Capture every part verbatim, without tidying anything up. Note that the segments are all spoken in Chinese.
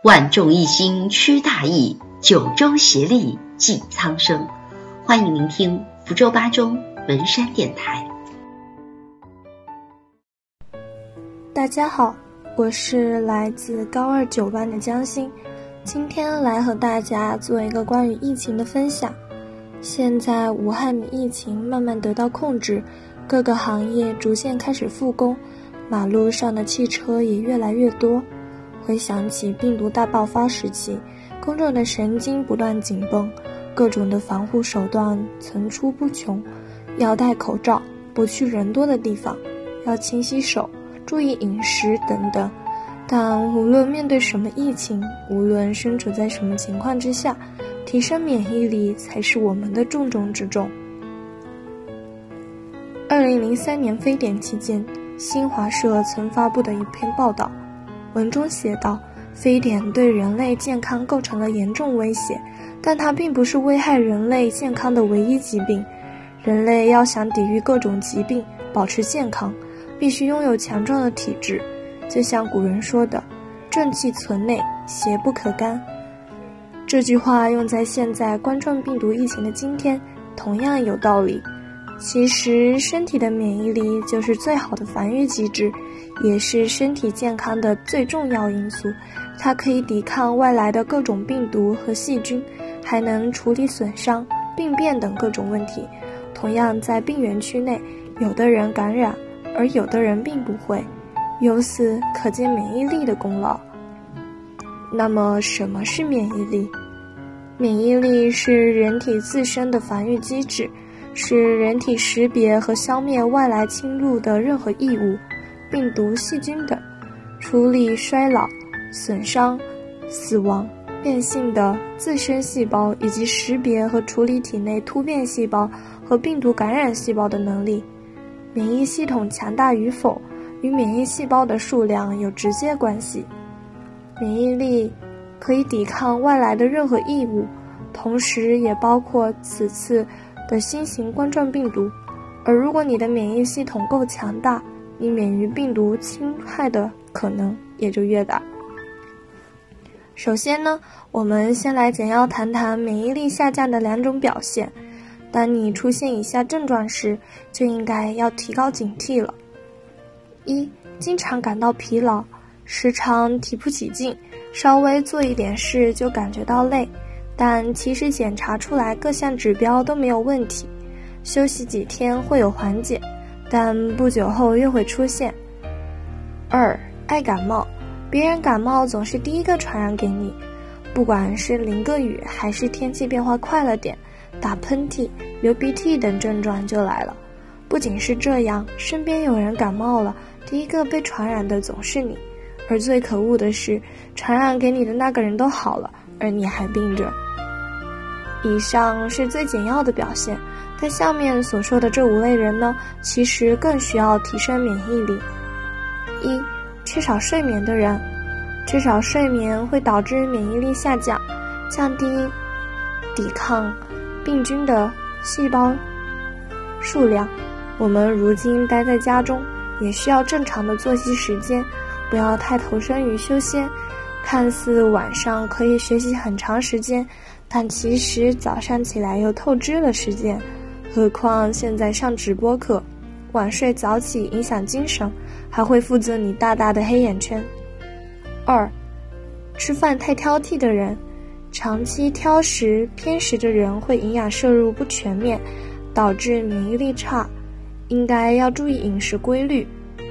万众一心驱大疫，九州协力济苍生。欢迎聆听福州八中文山电台。 大家好，我是来自高二九班的江欣，今天来和大家做一个关于疫情的分享。现在武汉的疫情慢慢得到控制，各个行业逐渐开始复工，马路上的汽车也越来越多。回想起病毒大爆发时期，公众的神经不断紧绷，各种的防护手段层出不穷，要戴口罩，不去人多的地方，要勤洗手，注意饮食等等。但无论面对什么疫情，无论身处在什么情况之下，提升免疫力才是我们的重中之重。二零零三年非典期间，新华社曾发布的一篇报道，文中写道，非典对人类健康构成了严重威胁，但它并不是危害人类健康的唯一疾病。人类要想抵御各种疾病，保持健康，必须拥有强壮的体质。就像古人说的，正气存内，邪不可干。这句话用在现在冠状病毒疫情的今天，同样有道理。其实身体的免疫力就是最好的防御机制，也是身体健康的最重要因素。它可以抵抗外来的各种病毒和细菌，还能处理损伤、病变等各种问题。同样在病原区内，有的人感染，而有的人并不会，由此可见免疫力的功劳。那么什么是免疫力？免疫力是人体自身的防御机制，是人体识别和消灭外来侵入的任何异物、病毒、细菌等，处理衰老、损伤、死亡、变性的自身细胞，以及识别和处理体内突变细胞和病毒感染细胞的能力。免疫系统强大与否，与免疫细胞的数量有直接关系。免疫力可以抵抗外来的任何异物，同时也包括此次的新型冠状病毒。而如果你的免疫系统够强大，你免于病毒侵害的可能也就越大。首先呢，我们先来简要谈谈免疫力下降的两种表现。当你出现以下症状时，就应该要提高警惕了。一、经常感到疲劳，时常提不起劲，稍微做一点事就感觉到累，但其实检查出来各项指标都没有问题。休息几天会有缓解，但不久后又会出现。二、爱感冒，别人感冒总是第一个传染给你，不管是淋个雨还是天气变化快了点，打喷嚏、流鼻涕等症状就来了。不仅是这样，身边有人感冒了，第一个被传染的总是你。而最可恶的是，传染给你的那个人都好了，而你还病着。以上是最简要的表现，但下面所说的这五类人呢，其实更需要提升免疫力。一、缺少睡眠的人，缺少睡眠会导致免疫力下降，降低抵抗病菌的细胞数量。我们如今待在家中，也需要正常的作息时间，不要太投身于修仙。看似晚上可以学习很长时间，但其实早上起来又透支了时间。何况现在上直播课，晚睡早起影响精神，还会负责你大大的黑眼圈。二、吃饭太挑剔的人，长期挑食偏食的人会营养摄入不全面，导致免疫力差，应该要注意饮食规律。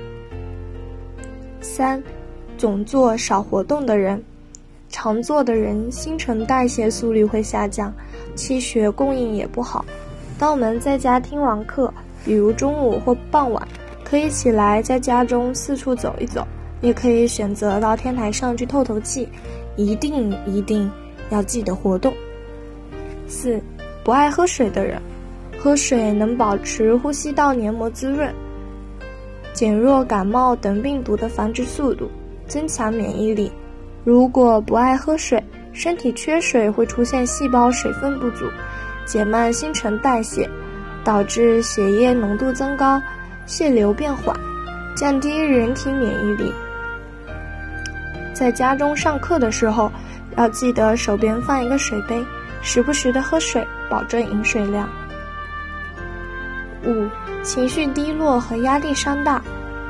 三、总坐少活动的人，常坐的人新陈代谢速率会下降，气血供应也不好。当我们在家听完课，比如中午或傍晚，可以起来在家中四处走一走，也可以选择到天台上去透透气，一定一定要记得活动。四、不爱喝水的人，喝水能保持呼吸道黏膜滋润，减弱感冒等病毒的繁殖速度，增强免疫力。如果不爱喝水，身体缺水会出现细胞水分不足，减慢新陈代谢，导致血液浓度增高，血流变缓，降低人体免疫力。 在家中上课的时候，要记得手边放一个水杯，时不时的喝水，保证饮水量。五、情绪低落和压力山大。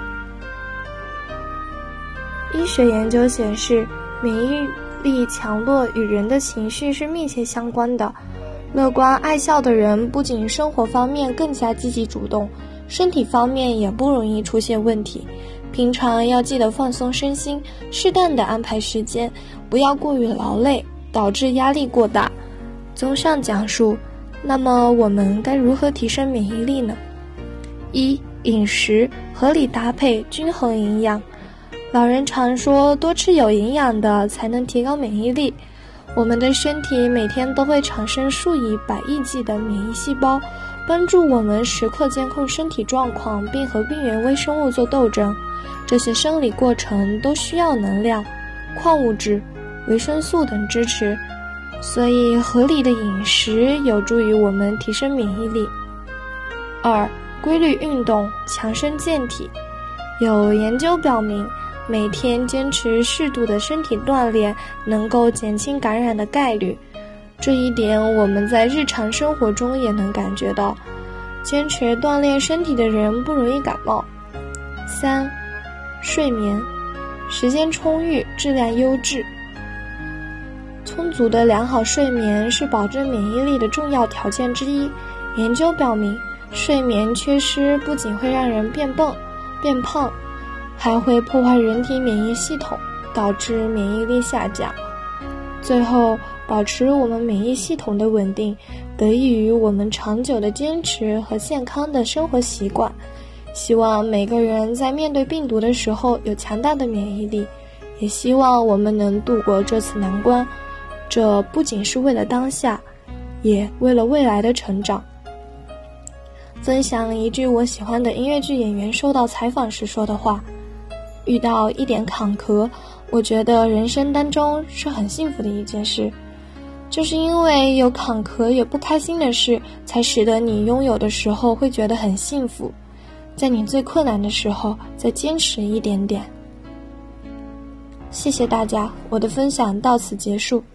医学研究显示，免疫力强弱与人的情绪是密切相关的。乐观爱笑的人不仅生活方面更加积极主动，身体方面也不容易出现问题。平常要记得放松身心，适当的安排时间，不要过于劳累，导致压力过大。综上讲述，那么我们该如何提升免疫力呢？一、饮食合理搭配，均衡营养。老人常说，多吃有营养的才能提高免疫力。我们的身体每天都会产生数以百亿计的免疫细胞，帮助我们时刻监控身体状况，并和病原微生物做斗争。这些生理过程都需要能量、矿物质、维生素等支持，所以合理的饮食有助于我们提升免疫力。二、规律运动，强身健体。有研究表明，每天坚持适度的身体锻炼，能够减轻感染的概率。这一点我们在日常生活中也能感觉到，坚持锻炼身体的人不容易感冒。三、睡眠，时间充裕，质量优质。充足的良好睡眠是保证免疫力的重要条件之一。研究表明，睡眠缺失不仅会让人变笨、变胖，还会破坏人体免疫系统，导致免疫力下降。最后，保持我们免疫系统的稳定，得益于我们长久的坚持和健康的生活习惯。希望每个人在面对病毒的时候有强大的免疫力，也希望我们能度过这次难关。这不仅是为了当下，也为了未来的成长。分享一句我喜欢的音乐剧演员受到采访时说的话：遇到一点坎坷，我觉得人生当中是很幸福的一件事，就是因为有坎坷有不开心的事，才使得你拥有的时候会觉得很幸福，在你最困难的时候再坚持一点点。谢谢大家，我的分享到此结束。